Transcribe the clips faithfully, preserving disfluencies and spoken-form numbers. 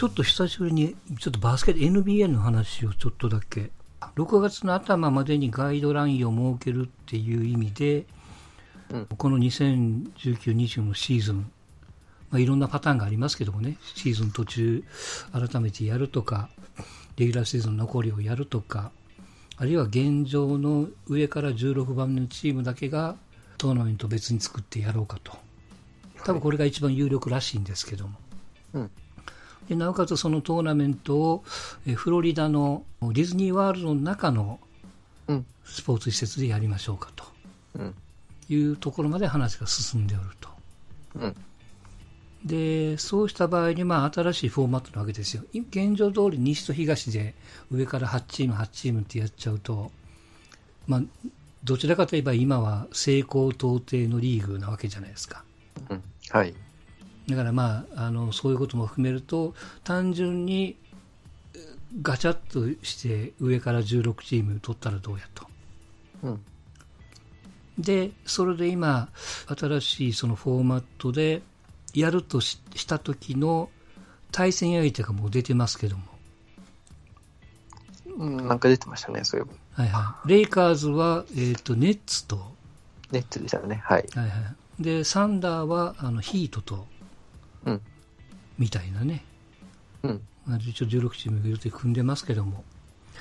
ちょっと久しぶりにちょっとバスケット エヌビーエー の話をちょっとだけ。ろくがつの頭までにガイドラインを設けるっていう意味で、うん、このにせんじゅうきゅう、にじゅうのシーズン、まあ、いろんなパターンがありますけどもね、シーズン途中改めてやるとか、レギュラーシーズン残りをやるとか、あるいは現状の上からじゅうろくばんめのチームだけがトーナメント別に作ってやろうかと。多分これが一番有力らしいんですけども。うん、でなおかつそのトーナメントをえフロリダのディズニーワールドの中のスポーツ施設でやりましょうかと、うん、いうところまで話が進んでおると、うん、でそうした場合にまあ新しいフォーマットなわけですよ。現状通り西と東で上からはちチームはちチームってやっちゃうと、まあ、どちらかといえば今は西高東低のリーグなわけじゃないですか、 うん、はい。 だからまあ、あのそういうことも含めると単純にガチャッとして上からじゅうろくチーム取ったらどうやと、うん、でそれで今新しいそのフォーマットでやると し, した時の対戦相手がもう出てますけども、 うん、なんか出てましたね、そういえば、 はいはい、レイカーズは、えーと、ネッツとネッツでしたね、はい、 はいはい、でサンダーはあのヒートと、うん、みたいなね、うん、一応じゅうろくチームが予定組んでますけども、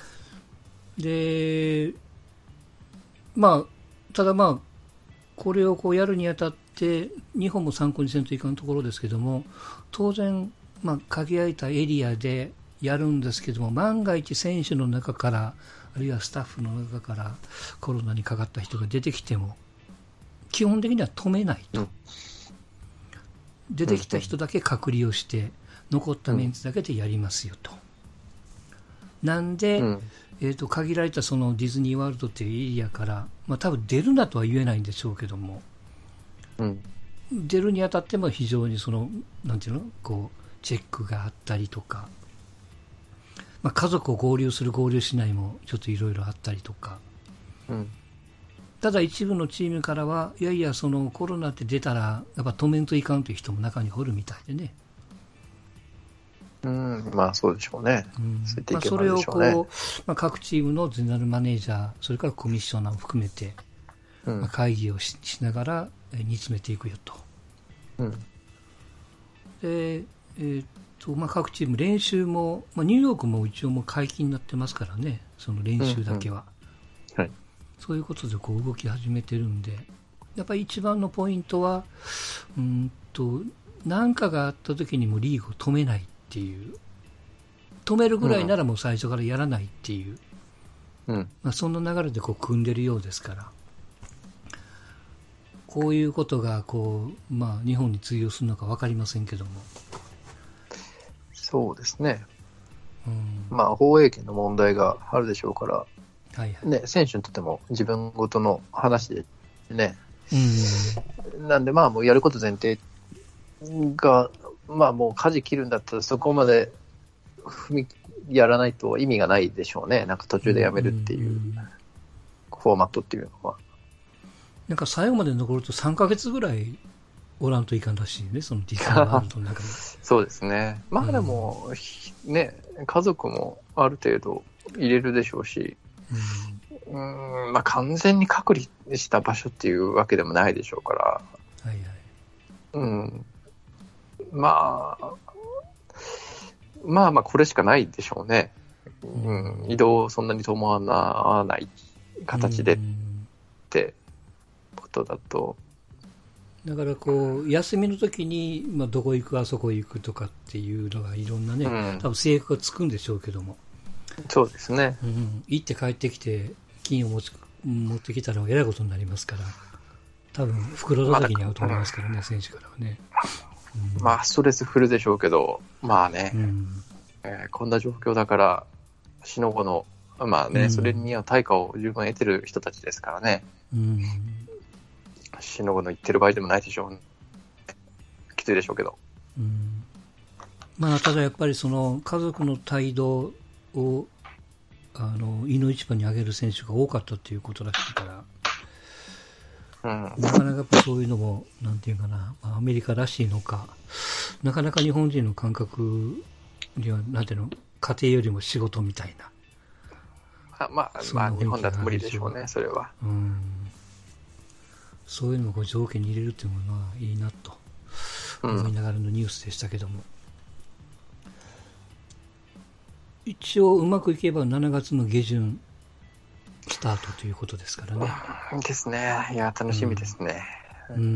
でまあただまあこれをこうやるにあたって日本も参考にせんといかんところですけども、当然まあ限られたエリアでやるんですけども、万が一選手の中からあるいはスタッフの中からコロナにかかった人が出てきても基本的には止めないと、うん、出てきた人だけ隔離をして残ったメンツだけでやりますよと、うん、なんで、うんえー、と限られたそのディズニーワールドというエリアから、まあ、多分出るなとは言えないんでしょうけども、うん、出るにあたっても非常にそのなんていうのこうチェックがあったりとか、まあ、家族を合流する合流しないもちょっといろいろあったりとか、うん、ただ一部のチームからはいやいやそのコロナって出たらやっぱ止めんといかんという人も中におるみたいでね。 うん、まあそうでしょうね。うんそういった意見もあまあ、それをるでしょうね。 こう、まあ、各チームのゼネラルマネージャー、それからコミッショナーを含めて、うんまあ、会議を し, しながら煮詰めていくよと。うん、で、えーっとまあ、各チーム練習も、まあ、ニューヨークも一応もう解禁になってますからね、その練習だけは。うんうんはい、そういうことでこう動き始めてるんで、やっぱり一番のポイントは、うんと何かがあった時にもリーグを止めないっていう、止めるぐらいならもう最初からやらないっていう、うんまあ、そんな流れでこう組んでるようですから、こういうことがこう、まあ、日本に通用するのか分かりませんけども。 そうですね、うんまあ、放映権の問題があるでしょうから、はいはいね、選手にとっても自分ごとの話でね、うん、なんでまあもうやること前提が、まあもう舵切るんだったらそこまで踏みやらないと意味がないでしょうね。なんか途中でやめるっていうフォーマットっていうのは。 なんか最後まで残るとさんかげつぐらいおらんといかんらしいね、そのディズニーワールドの中に。 そうですね。まあでも、うん、ね、家族もある程度入れるでしょうし、うん、うんまあ完全に隔離した場所っていうわけでもないでしょうから。はいはい。うん。まあ、まあまあこれしかないでしょうね。うん、移動そんなに伴わない形でってことだと。 だからこう休みの時に、まあ、どこ行くあそこ行くとかっていうのがいろんなね、うん、多分制約がつくんでしょうけども。 そうですね。 うん、行って帰ってきて金を持ち持ってきたらえらいことになりますから、多分袋叩きに合うと思いますからね、ま、選手からはね。 うん、まあストレスフルでしょうけど、まあね、うんえー、こんな状況だからしのごのまあね、うん、それには対価を十分得てる人たちですからね。うんしのごの言ってる場合でもないでしょう、ね、きついでしょうけど、 うんまあ、ただやっぱりその家族の態度をあの井の一番に上げる選手が多かったということらしいから、うん、なかなかやっぱそういうのもなんていうかな、まあ、アメリカらしいのかなかなか日本人の感覚なんていうの、家庭よりも仕事みたいな。 あまあ、まあ、日本だと無理でしょうね、それは。 うん。そういうのをこう条件に入れるっていうのはいいなと思いながらのニュースでしたけども。うん、一応うまくいけばしちがつの下旬スタートということですからね。 ですね。いや、楽しみですね。 うん。うん、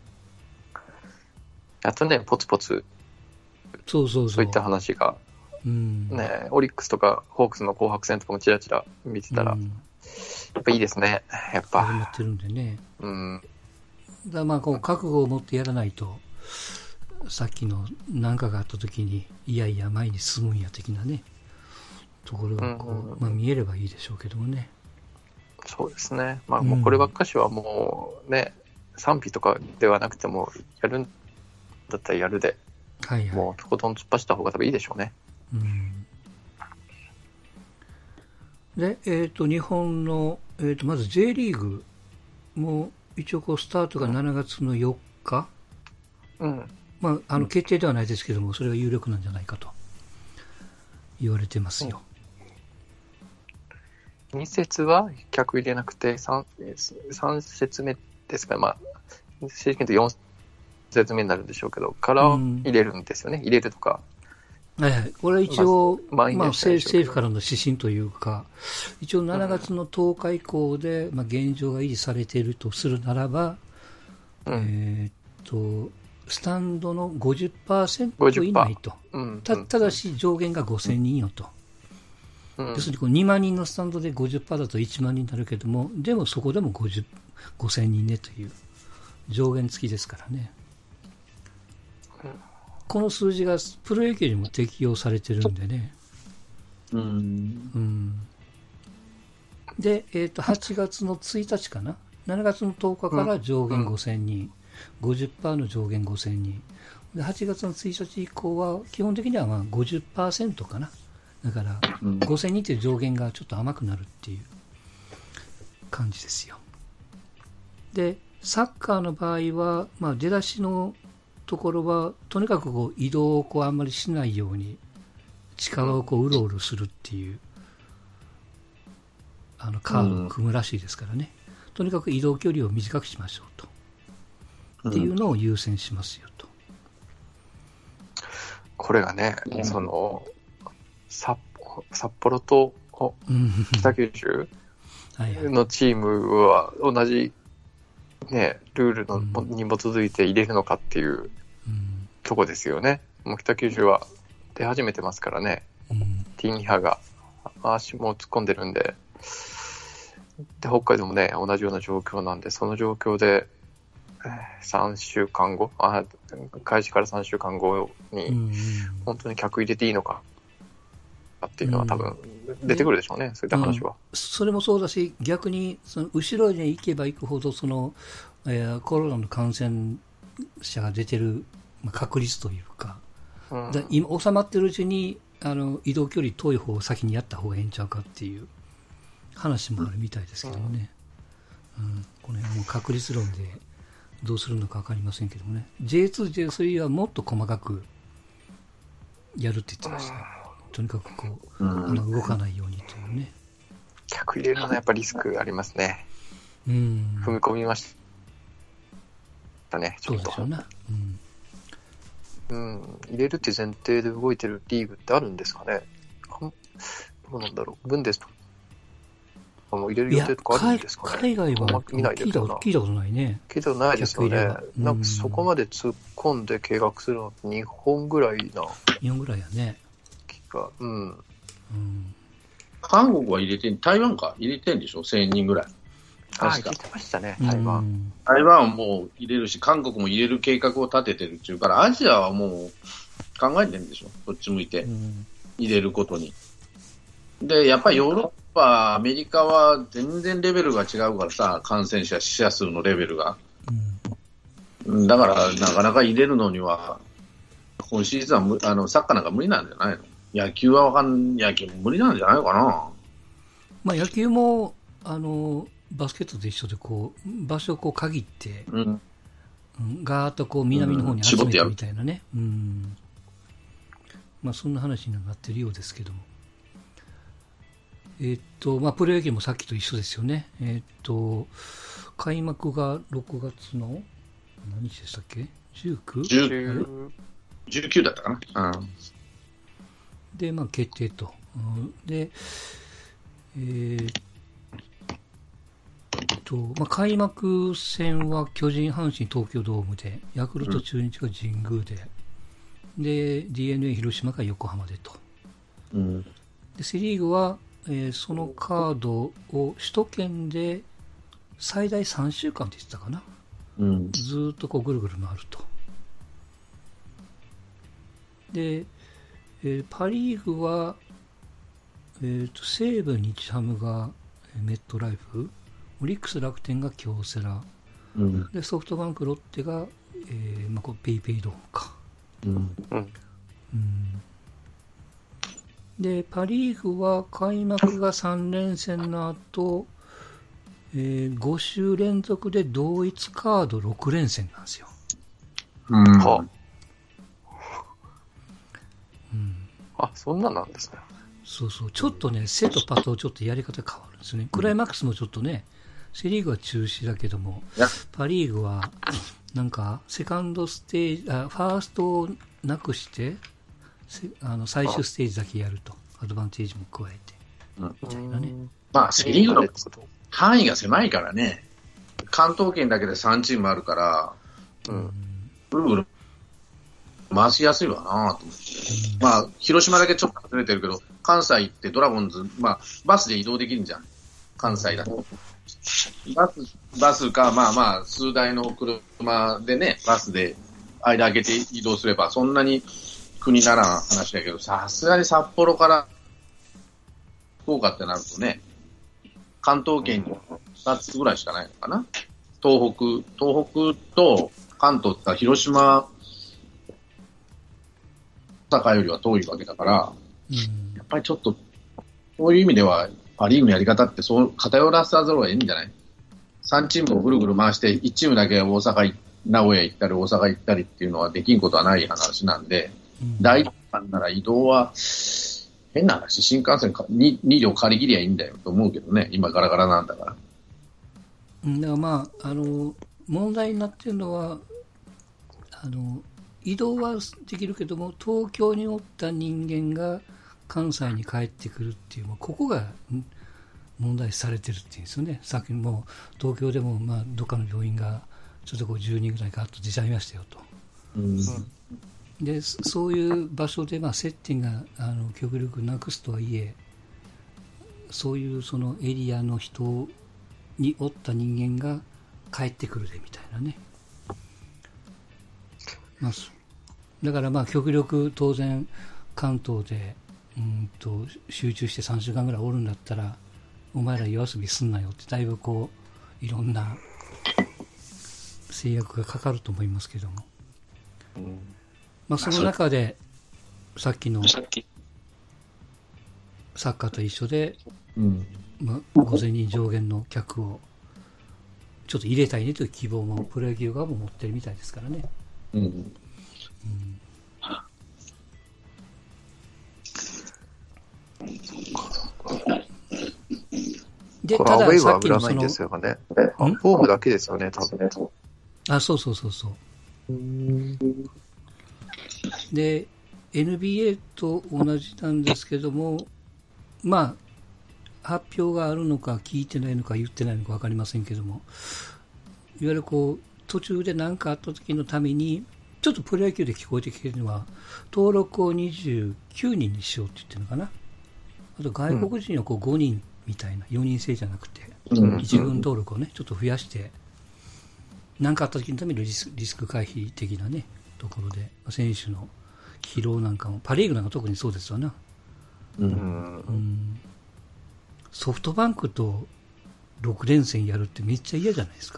あとね、ポツポツ、 そうそうそう。 そういった話が、 うんね、オリックスとかホークスの紅白戦とかもちらちら見てたら、うん、やっぱいいですね。やっぱ。 始まってるんでね。 うん。 だからまあこう覚悟を持ってやらないと、さっきの何かがあった時にいやいや前に進むんや的なねところがこう、うんうん、まあ、見えればいいでしょうけどもね。 そうですね。まあもうこればっかしはもうね、うん、賛否とかではなくてもやるんだったらやるで、はいはい、もうとことん突っ走った方が多分いいでしょうね。 うん、で、えー、と日本の、えー、とまず J リーグも一応こうスタートがしちがつのよっか、 うんまあ、あの決定ではないですけども、それが有力なんじゃないかと言われてますよ。 うん、に節は客入れなくて 3, 3節目ですか、まあ、正式に言うとよん節目になるんでしょうけど、から入れるんですよね、うん、入れるとか。 はいはい、これは一応、まあまあ、政府からの指針というか、一応しちがつのとおか以降で、まあ、現状が維持されているとするならば、うん、えー、っとスタンドの ごじゅっパーセント 以内と、うん、た, ただし上限がごせんにんよと、うん、要するにこうにまん人のスタンドで ごじゅっパーセント だといちまん人になるけども、でもそこでもごせんにんねという上限付きですからね。うん、この数字がプロ野球にも適用されてるんでね。 うんうん、で、えー、とはちがつのついたちかな、しちがつのとおかから上限ごせんにん、うん、ごじゅっパーセント の上限ごせんにんで、はちがつのついたち以降は基本的にはまあ ごじゅっパーセント かな。だからごせんにんという上限がちょっと甘くなるっていう感じですよ。でサッカーの場合は、まあ、出だしのところはとにかくこう移動をこうあんまりしないように近場をこううろうろするっていうあのカードを組むらしいですからね、うん、とにかく移動距離を短くしましょうと、うん、っていうのを優先しますよと。 これがね、うん、その札幌と北九州のチームは同じね、ルールの、うん、に基づいて入れるのかっていう、うん、とこですよね。もう北九州は出始めてますからね、うん、ティーニハが足も突っ込んでるんで、で北海道もね同じような状況なんで、その状況でさんしゅうかんご、あ開始からさんしゅうかんごに本当に客入れていいのかっていうのは多分出てくるでしょうね、うん、そういった話は、うん、 それもそうだし、逆にその後ろに行けば行くほどその、えー、コロナの感染者が出てる、まあ、確率というか、うん、だ今収まってるうちにあの移動距離遠い方を先にやった方がいいんちゃうかっていう話もあるみたいですけどね、うんうん、この辺も確率論でどうするのか分かりませんけどもね。 ジェイツー、ジェイスリー はもっと細かくやるって言ってましたね。とにかくこう、うん、あの動かないようにというね。 客入れるのはやっぱりリスクありますね。 うん、 踏み込みましたね、ちょっと。 そうでしょうな、 うんうん、入れるって前提で動いてるリーグってあるんですかね。どうなんだろう。ブンデスとかも入れる予定とかあるんですかね。 海外は見ないですよな。聞いたことないね。 聞いたことないですよね。なんかそこまで突っ込んで計画するのってにほんぐらいな。 にほんぐらいやね。 うん、うん、 韓国は入れてん、台湾か入れてんでしょ、せんにんぐらい。 確か。あ、聞いてましたね、台湾、うん。 台湾はもう入れるし、韓国も入れる計画を立ててるっていうから、アジアはもう考えてるんでしょ、こっち向いて、うん、入れることに。で、やっぱりヨーロッパ、アメリカは全然レベルが違うからさ、感染者、死者数のレベルが。うん、だから、なかなか入れるのには、今シーズンはあのサッカーなんか無理なんじゃないの？野球はわかん、野球も無理なんじゃないかな。 まあ野球もあのバスケットと一緒でこう場所をこう限って、うん、ガーッとこう南の方に集めてみたいなね。うん、 まあ、そんな話になってるようですけども。えーっと、まあ、プロ野球もさっきと一緒ですよね。えーっと、開幕がろくがつの、何日でしたっけ ?じゅうきゅう? じゅうじゅうきゅうだったかな。うん、 で、まあ、決定と。うん、で、えーっと、まあ、開幕戦は巨人、阪神、東京ドームで、ヤクルト、中日が神宮で、うん、で、ディーエヌエー 広島が横浜でと。うん、で、セリーグは、えー、そのカードを首都圏で最大さんしゅうかんって言ってたかな。うん、ずーっとこうぐるぐる回ると。で、えー、パ・リーグは、えー、と西武、日ハムがメットライフ、オリックス、楽天が京セラ、うん、でソフトバンク、ロッテが、えーまあ、こうペイペイドームか。うんうん、でパ・リーグは開幕がさん連戦の後、えー、ご週連続で同一カードろく連戦なんですよ。うん、はうん、あ、そんななんですね。 そうそう、ちょっとね、セとパとちょっとやり方変わるんですね。クライマックスもちょっとね、セリーグは中止だけども、パリーグは、なんか、セカンドステージ、あファーストをなくして、あの最終ステージだけやると、アドバンテージも加えて、みたいなね。 まあ、セリーグの範囲が狭いからね、関東圏だけでさんチームあるから、うん、ぐるぐる回しやすいわなと思って、うん、まあ、広島だけちょっと外れてるけど、関西行ってドラゴンズ、まあ、バスで移動できるんじゃん、関西だと。バス、バスか、まあまあ、数台の車でね、バスで間空けて移動すれば、そんなに苦にならん話だけど、さすがに札幌から福岡ってなるとね、関東圏にふたつぐらいしかないのかな。東北、東北と関東って広島、大阪よりは遠いわけだから、うん、やっぱりちょっと、そういう意味では、パ・リーグのやり方ってそう偏らさざるを得んじゃない ?さん チームをぐるぐる回して、いちチームだけ大阪、名古屋行ったり、大阪行ったりっていうのはできんことはない話なんで、うん、大都会なら移動は、変な話、新幹線か 2, 2両借り切りゃいいんだよと思うけどね、今ガラガラなんだから。 だからまあ、あの、問題になっているのは、あの、移動はできるけども、東京におった人間が関西に帰ってくるっていう、ここが問題視されてるっていうんですよね。さっきも東京でもまあどっかの病院がちょっとこうじゅうにんぐらいガッと出ちゃいましたよと。うん、でそういう場所でまあ接点があの極力なくすとはいえ、そういうそのエリアの人におった人間が帰ってくるでみたいなね。まあ、だからまあ極力当然関東でうんと集中してさんしゅうかんぐらいおるんだったらお前ら夜遊びすんなよってだいぶこういろんな制約がかかると思いますけども、うん、まあその中でさっきのサッカーと一緒で、うんまあ、ごせんにん上限の客をちょっと入れたいねという希望もプロ野球側も持ってるみたいですからね。うんうん、 で、たださっきのその、ですよね。ホームだけですよね、多分。 あ、そうそうそうそう。で、エヌビーエー と同じなんですけども、まあ、発表があるのか聞いてないのか言ってないのか分かりませんけども、いわゆるこう、途中で何かあった時のために、ちょっとプロ野球で聞こえてきてるのは、登録をにじゅうきゅうにんにしようって言ってるのかな。あと外国人はこうごにんみたいな、よにん制じゃなくて、一軍登録をね、ちょっと増やして、何かあった時のためにリスリスク回避的なね、ところで、選手の疲労なんかも、パ・リーグなんか特にそうですわな。うんうん、ソフトバンクとろく連戦やるってめっちゃ嫌じゃないですか。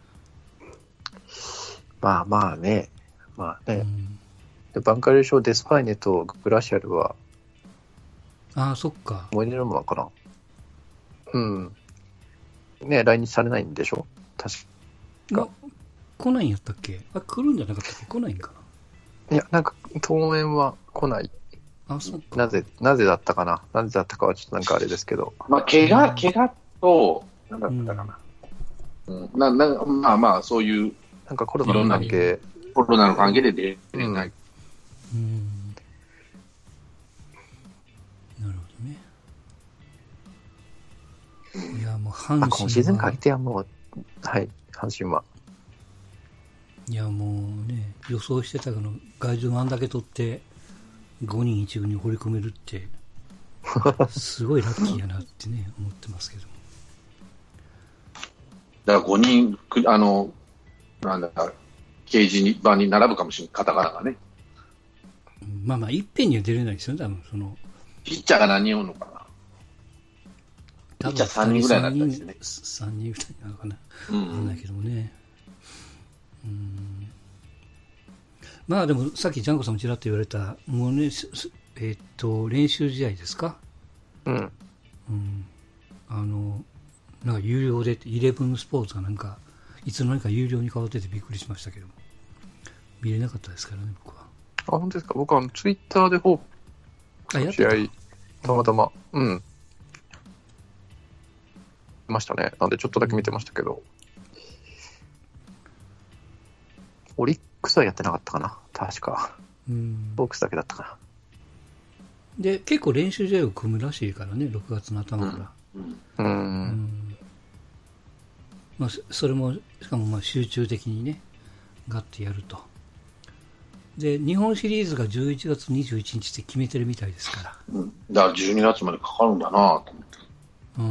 まあまあね。まあね、うん、でバンカレー賞デスパイネとグラシアルはああそっか思い出のものかな。うんね来日されないんでしょ確か。 来ないんやったっけ。あ来るんじゃなかったっけ。来ないんかな。いやなんか当面は来ないあ、そうか。 なぜ、なぜだったかな。なぜだったかはちょっとなんかあれですけど。 まあ、怪我、怪我と、なんだったかな。うん、ななまあまあ、そういう、 なんかコロナの関係。 コロナの関係で出れない。 うん。うん、なるほどね。いや、もう阪神は。 今シーズン限ってはもう、はい、阪神は。 いや、もうね、予想してたけど、外人あんだけ取って、ごにん一軍に掘り込めるって、すごいラッキーやなってね、思ってますけど。 だからごにん、あの、なんだ、掲示板に並ぶかもしれない、カタカナがね。 まあまあ、いっぺんには出れないですよね、多分その。 ピッチャーが何人おるのかな。ピッチャーさんにんぐらいになったんですね。 さんにんぐらいなのかな。 うん、 わかんないけどもね。うん、まあでも、さっきジャンコさんもちらっと言われた、もうね、えー、っと、練習試合ですか。 うん。 うん。あの、なんか有料で、イレブンスポーツがなんか、いつの間にか有料に変わっててびっくりしましたけど、見れなかったですからね、僕は。 あ、本当ですか。僕はツイッターでホークの試合、たまたま、うん。見ましたね。なんでちょっとだけ見てましたけど。オリックスはやってなかったかな。確か。 うん。 ホークスだけだったかな。 で、結構練習試合を組むらしいからね、ろくがつの頭から。 うん。うんうんまあ、それも、しかもまあ集中的にね、ガッてやると。で、日本シリーズがじゅういちがつにじゅういちにちって決めてるみたいですから。 うん、だからじゅうにがつまでかかるんだなと思って。 うん。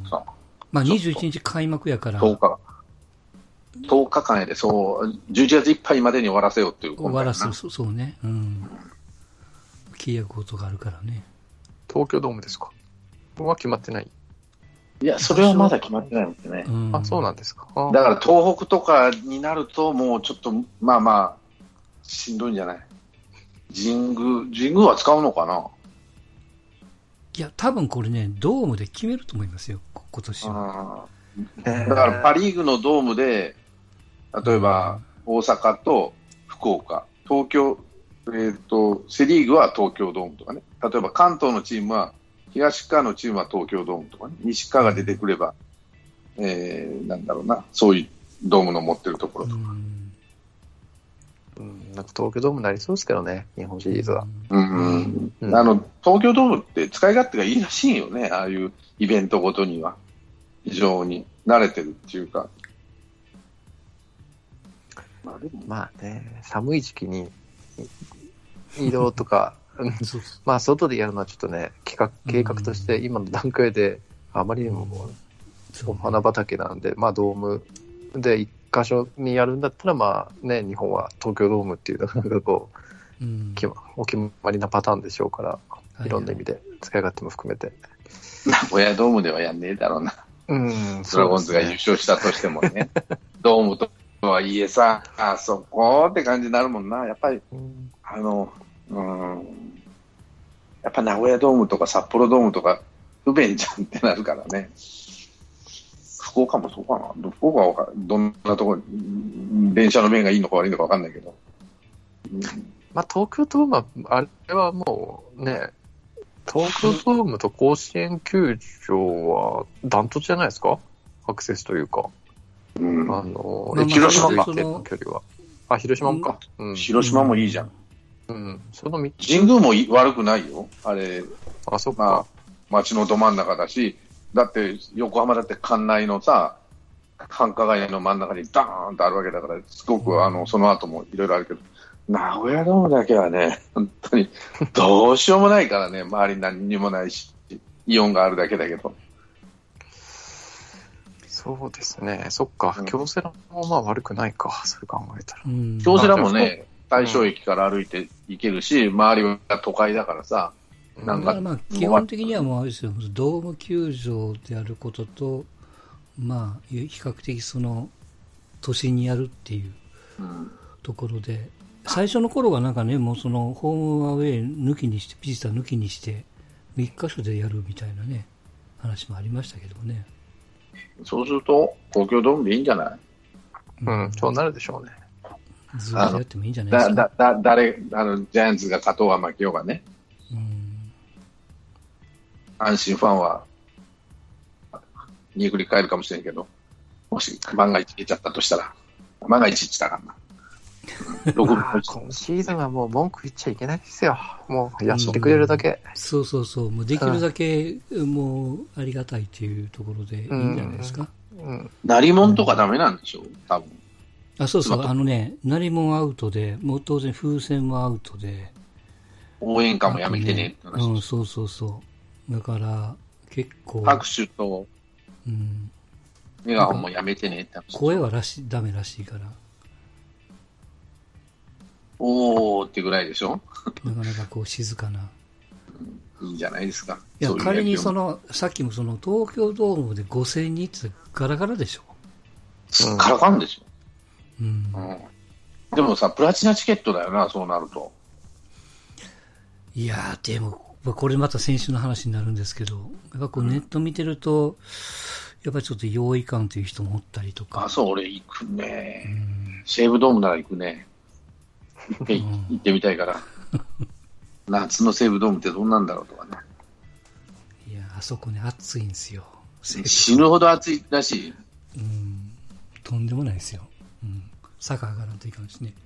まあにじゅういちにち開幕やから。 とおか。とおかかんやで、そう、じゅういちがついっぱいまでに終わらせようっていう。 終わらす、そ、そうね。うん。契約事があるからね。 東京ドームですか。ここは決まってない。 いや、それはまだ決まってないんですね。 うん、あ、そうなんですか。 だから東北とかになると、もうちょっと、まあまあ、しんどいんじゃない？神宮、神宮は使うのかな？ いや、多分これね、ドームで決めると思いますよ、今年は。 だからパ・リーグのドームで、例えば大阪と福岡、東京、えーと、セ・リーグは東京ドームとかね、例えば関東のチームは、東側のチームは東京ドームとかね、西側が出てくれば、えー、なんだろうな、そういうドームの持ってるところとか。 うんうん、なんか東京ドームになりそうですけどね、日本シリーズは。 うんうんうん、あの東京ドームって使い勝手がいいらしいよね、ああいうイベントごとには。非常に慣れてるっていうか。 まあ、でもまあね、寒い時期に移動とか、まあ外でやるのはちょっとね、企画計画として今の段階であまりにもお花畑なんで、まあドームで一箇所にやるんだったら、まあね、日本は東京ドームっていうのがこう、うん、お決まりなパターンでしょうから、はいはい、いろんな意味で使い勝手も含めて。 名古屋ドームではやんねえだろうな。 うん、 ドラゴンズが優勝したとしてもね、ドームとはいえさ、あそこって感じになるもんな、やっぱり、うん、あの、うん、やっぱ名古屋ドームとか札幌ドームとか不便じゃんってなるからね。福岡もそうかな。福岡はどんなところ、電車の便がいいのか悪いのか分かんないけど。 うん、まあ東京ドームは、あれはもうね、東京ドームと甲子園球場はダントツじゃないですか、アクセスというか。うん、あの、 まあ、広島か、の距離は。あ、広島もか、 うん。広島もいいじゃん。 うん。そのみっつ。 神宮も悪くないよ。あれ。 あ、そっか。 まあ、街のど真ん中だし、だって横浜だって関内のさ、繁華街の真ん中にダーンとあるわけだから、すごく、うん、あの、その後もいろいろあるけど、名古屋ドームだけはね、本当にどうしようもないからね、周りに何にもないし、イオンがあるだけだけど。 そうですね、そっか、京セラもまあ悪くないか、それ考えたら。 京セラもね、大正駅から歩いて行けるし、うん、周りは都会だからさ、 なんか、まあ、基本的にはもうあれですよ、ドーム球場であることと、まあ、比較的その都心にやるっていうところで、うん最初の頃はなんかね、もうそのホームアウェイ抜きにして、ビジター抜きにして、一箇所でやるみたいなね、話もありましたけどね。 そうすると、東京ドームでいいんじゃない？ うん、そうなるでしょうね。 ずっとやってもいいんじゃないですか。 だ、だ、だ、誰、あの、ジャイアンツが勝とうが負けようがね。 うん阪神ファンは、に繰り返るかもしれんけど、もし万が一出ちゃったとしたら、万が一言ったらな。ろくぶんのいち今シーズンはもう文句言っちゃいけないですよ。もうやってくれるだけ。 うん、そうそうそう。もうできるだけ、もうありがたいっていうところでいいんじゃないですか。 うん。 鳴り物とかダメなんでしょ多分。 あ、そうそう。あのね、鳴り物アウトで、もう当然風船もアウトで。 応援歌もやめてねって話、 ね。うん、そうそうそう。だから、結構。 拍手と、 うん。 笑顔もやめてねって話。 声はらし、ダメらしいから。 おーってぐらいでしょなかなかこう静かな。 いいんじゃないですか。 いや、仮にその、さっきもその東京ドームでごせんにんってガラガラでしょ。 すっからかんでしょ。 うん。うんうん、でもさ、プラチナチケットだよな、そうなると。 いやー、でも、これまた先週の話になるんですけど、やっぱこうネット見てると、やっぱりちょっと用意感という人もおったりとか。 あ、そう、俺行くね。 うん、 西武ドームなら行くね。行ってみたいから。夏の西武ドームってどんなんだろうとかね。 いや、あそこね、暑いんですよ。 死ぬほど暑いらしい。 うん。とんでもないですよ。うん。坂上がらんといかんしね。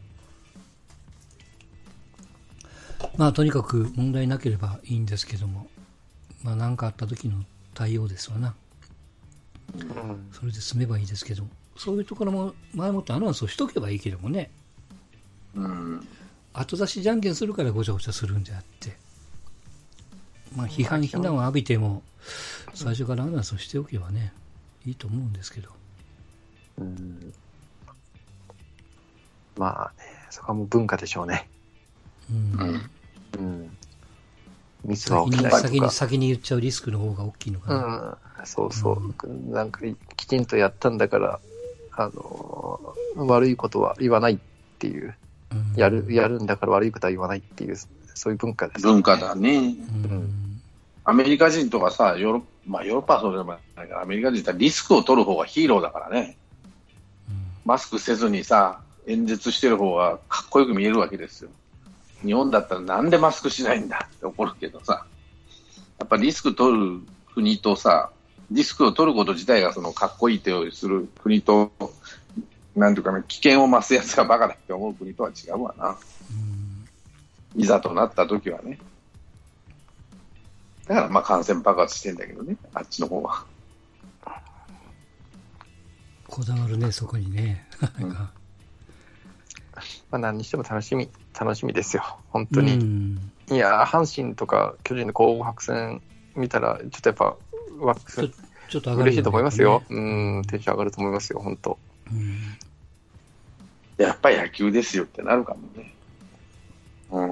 まあ、とにかく問題なければいいんですけども、まあ、何かあった時の対応ですわな。うん、それで済めばいいですけど、そういうところも前もってアナウンスをしとけばいいけどもね。 うん。 後出しじゃんけんするからごちゃごちゃするんであって、まあ、批判、非難を浴びても、最初からアナウンスをしておけばね、いいと思うんですけど。 うん。まあね、そこはもう文化でしょうね。 うん。 うん。ミスは起きないとか。 先に、先に言っちゃうリスクの方が大きいのかな。 うん。そうそう。うん、なんか、きちんとやったんだから、あの、悪いことは言わないっていう。やる、やるんだから悪いことは言わないっていう、そういう文化です、 ね。文化だね。 うん。 アメリカ人とかさ、ヨーロッパ、まあヨーロッパはそうでもないから、アメリカ人ってリスクを取る方がヒーローだからね。うん、マスクせずにさ、演説してる方がかっこよく見えるわけですよ。日本だったらなんでマスクしないんだって怒るけどさ、やっぱリスク取る国とさ、リスクを取ること自体がそのかっこいい手をする国と、なんていうかね、危険を増すやつがバカだって思う国とは違うわな。うん、いざとなった時はね。だからまあ感染爆発してんだけどね、あっちの方は。 こだわるね、そこにね。うん、まあ何にしても楽しみ、楽しみですよ、本当に。うん、いや、阪神とか巨人の紅白戦見たら、ちょっとやっぱ、ワックス、ちょっと嬉しいと思いますよ。うん、テンション上がると思いますよ、本当。うん、 やっぱり野球ですよってなるかもね。うん。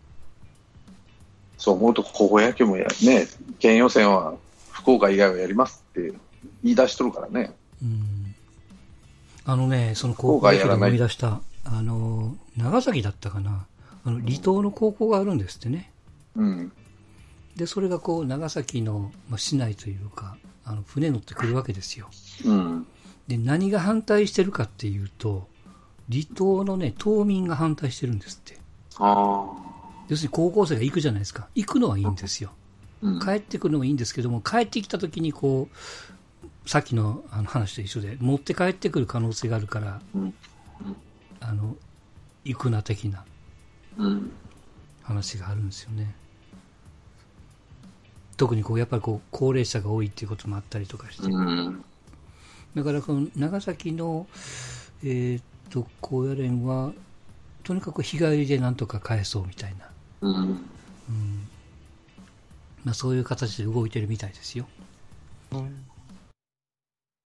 そう思うと、高校野球もやね、県予選は福岡以外はやりますって言い出しとるからね。 うん。あのね、その高校野球で思い出した、あの、長崎だったかな。あの、離島の高校があるんですってね。 うん。 で、それがこう、長崎の、まあ、市内というか、あの、船乗ってくるわけですよ。 うん。 で、何が反対してるかっていうと、離島のね、島民が反対してるんですって。 ああ。 要するに高校生が行くじゃないですか。行くのはいいんですよ。うん、帰ってくるのもいいんですけども、帰ってきた時にこう、さっきのあの話と一緒で、持って帰ってくる可能性があるから、うんうん、あの、行くな的な話があるんですよね。特にこう、やっぱりこう、高齢者が多いっていうこともあったりとかして。うん、だからこの長崎の、えー、っと、高野連は、とにかく日帰りでなんとか返そうみたいな、うんうんまあ、そういう形で動いてるみたいですよ。 うん